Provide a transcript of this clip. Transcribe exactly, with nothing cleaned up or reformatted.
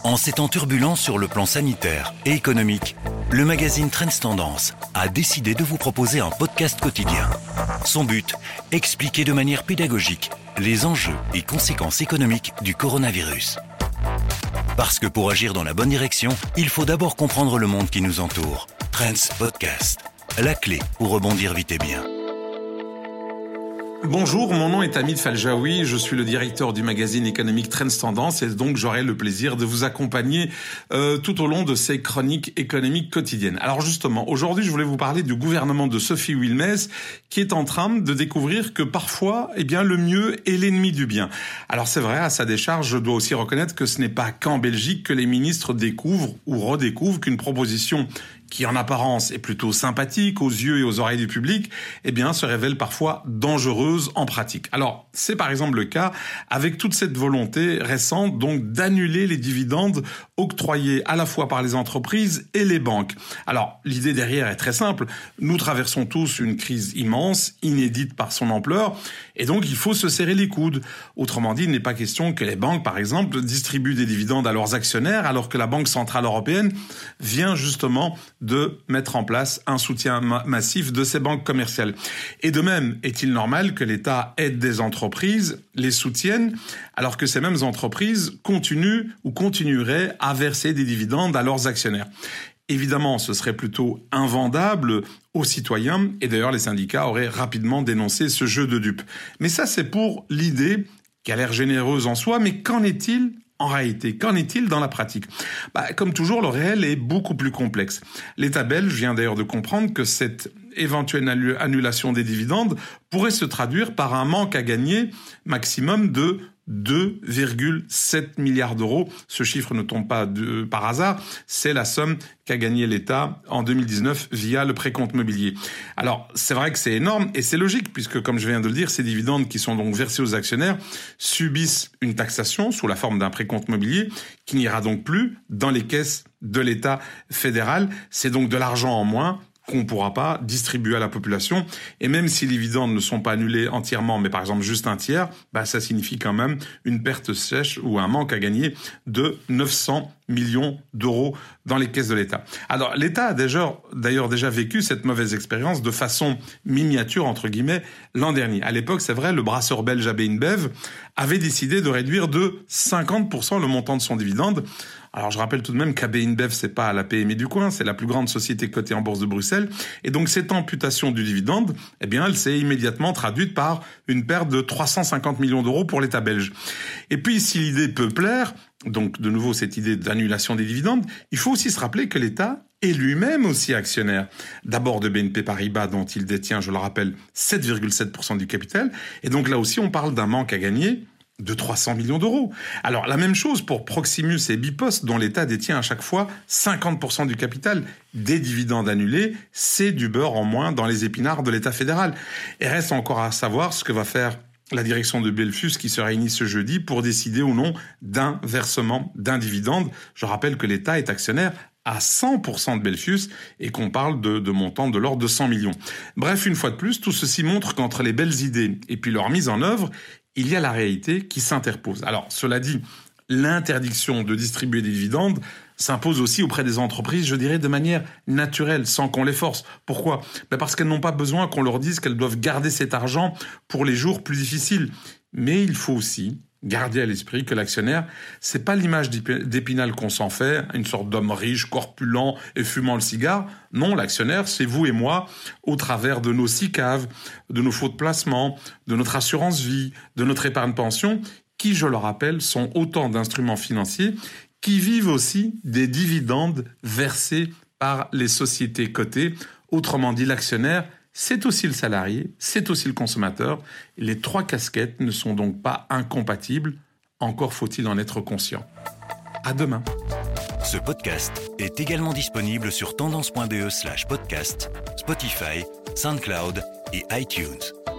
En ces temps turbulents sur le plan sanitaire et économique, le magazine Trends Tendance a décidé de vous proposer un podcast quotidien. Son but, expliquer de manière pédagogique les enjeux et conséquences économiques du coronavirus. Parce que pour agir dans la bonne direction, il faut d'abord comprendre le monde qui nous entoure. Trends Podcast, la clé pour rebondir vite et bien. Bonjour, mon nom est Hamid Faljaoui, je suis le directeur du magazine économique Trends Tendance et donc j'aurai le plaisir de vous accompagner euh, tout au long de ces chroniques économiques quotidiennes. Alors justement, aujourd'hui je voulais vous parler du gouvernement de Sophie Wilmès qui est en train de découvrir que parfois, eh bien, le mieux est l'ennemi du bien. Alors c'est vrai, à sa décharge, je dois aussi reconnaître que ce n'est pas qu'en Belgique que les ministres découvrent ou redécouvrent qu'une proposition qui en apparence est plutôt sympathique aux yeux et aux oreilles du public, eh bien, se révèle parfois dangereuse en pratique. Alors, c'est par exemple le cas avec toute cette volonté récente, donc, d'annuler les dividendes octroyés à la fois par les entreprises et les banques. Alors, l'idée derrière est très simple. Nous traversons tous une crise immense, inédite par son ampleur, et donc il faut se serrer les coudes. Autrement dit, il n'est pas question que les banques, par exemple, distribuent des dividendes à leurs actionnaires, alors que la Banque Centrale Européenne vient justement de mettre en place un soutien ma- massif de ces banques commerciales. Et de même, est-il normal que l'État aide des entreprises, les soutienne, alors que ces mêmes entreprises continuent ou continueraient à verser des dividendes à leurs actionnaires? Évidemment, ce serait plutôt invendable aux citoyens, et d'ailleurs les syndicats auraient rapidement dénoncé ce jeu de dupes. Mais ça, c'est pour l'idée qui a l'air généreuse en soi, mais qu'en est-il en réalité? Qu'en est-il dans la pratique? Bah, comme toujours, le réel est beaucoup plus complexe. L'État belge vient d'ailleurs de comprendre que cette éventuelle annulation des dividendes pourrait se traduire par un manque à gagner maximum de deux virgule sept milliards d'euros. Ce chiffre ne tombe pas de, par hasard, c'est la somme qu'a gagné l'État en deux mille dix-neuf via le précompte mobilier. Alors, c'est vrai que c'est énorme et c'est logique puisque, comme je viens de le dire, ces dividendes qui sont donc versés aux actionnaires subissent une taxation sous la forme d'un précompte mobilier qui n'ira donc plus dans les caisses de l'État fédéral. C'est donc de l'argent en moins qu'on ne pourra pas distribuer à la population. Et même si les dividendes ne sont pas annulés entièrement, mais par exemple juste un tiers, bah ça signifie quand même une perte sèche ou un manque à gagner de neuf cents millions d'euros dans les caisses de l'État. Alors l'État a déjà, d'ailleurs déjà vécu cette mauvaise expérience de façon miniature, entre guillemets, l'an dernier. À l'époque, c'est vrai, le brasseur belge A B InBev avait décidé de réduire de cinquante pour cent le montant de son dividende. Alors, je rappelle tout de même qu'A B InBev, c'est pas la P M E du coin, c'est la plus grande société cotée en bourse de Bruxelles. Et donc, cette amputation du dividende, eh bien, elle s'est immédiatement traduite par une perte de trois cent cinquante millions d'euros pour l'État belge. Et puis, si l'idée peut plaire, donc, de nouveau, cette idée d'annulation des dividendes, il faut aussi se rappeler que l'État est lui-même aussi actionnaire. D'abord de B N P Paribas, dont il détient, je le rappelle, sept virgule sept pour cent du capital. Et donc, là aussi, on parle d'un manque à gagner de trois cents millions d'euros. Alors, la même chose pour Proximus et Bpost, dont l'État détient à chaque fois cinquante pour cent du capital. Des dividendes annulés, c'est du beurre en moins dans les épinards de l'État fédéral. Et reste encore à savoir ce que va faire la direction de Belfius qui se réunit ce jeudi pour décider ou non d'un versement d'un dividende. Je rappelle que l'État est actionnaire à cent pour cent de Belfius et qu'on parle de, de montants de l'ordre de cent millions. Bref, une fois de plus, tout ceci montre qu'entre les belles idées et puis leur mise en œuvre, il y a la réalité qui s'interpose. Alors, cela dit, l'interdiction de distribuer des dividendes s'impose aussi auprès des entreprises, je dirais, de manière naturelle, sans qu'on les force. Pourquoi ? Ben parce qu'elles n'ont pas besoin qu'on leur dise qu'elles doivent garder cet argent pour les jours plus difficiles. Mais il faut aussi garder à l'esprit que l'actionnaire, c'est pas l'image d'Épinal qu'on s'en fait, une sorte d'homme riche, corpulent et fumant le cigare. Non, l'actionnaire, c'est vous et moi, au travers de nos S I C A V, de nos fonds de placement, de notre assurance vie, de notre épargne pension, qui, je le rappelle, sont autant d'instruments financiers qui vivent aussi des dividendes versés par les sociétés cotées. Autrement dit, l'actionnaire, c'est aussi le salarié, c'est aussi le consommateur. Les trois casquettes ne sont donc pas incompatibles. Encore faut-il en être conscient. À demain. Ce podcast est également disponible sur tendance point b e slash podcast, Spotify, SoundCloud et iTunes.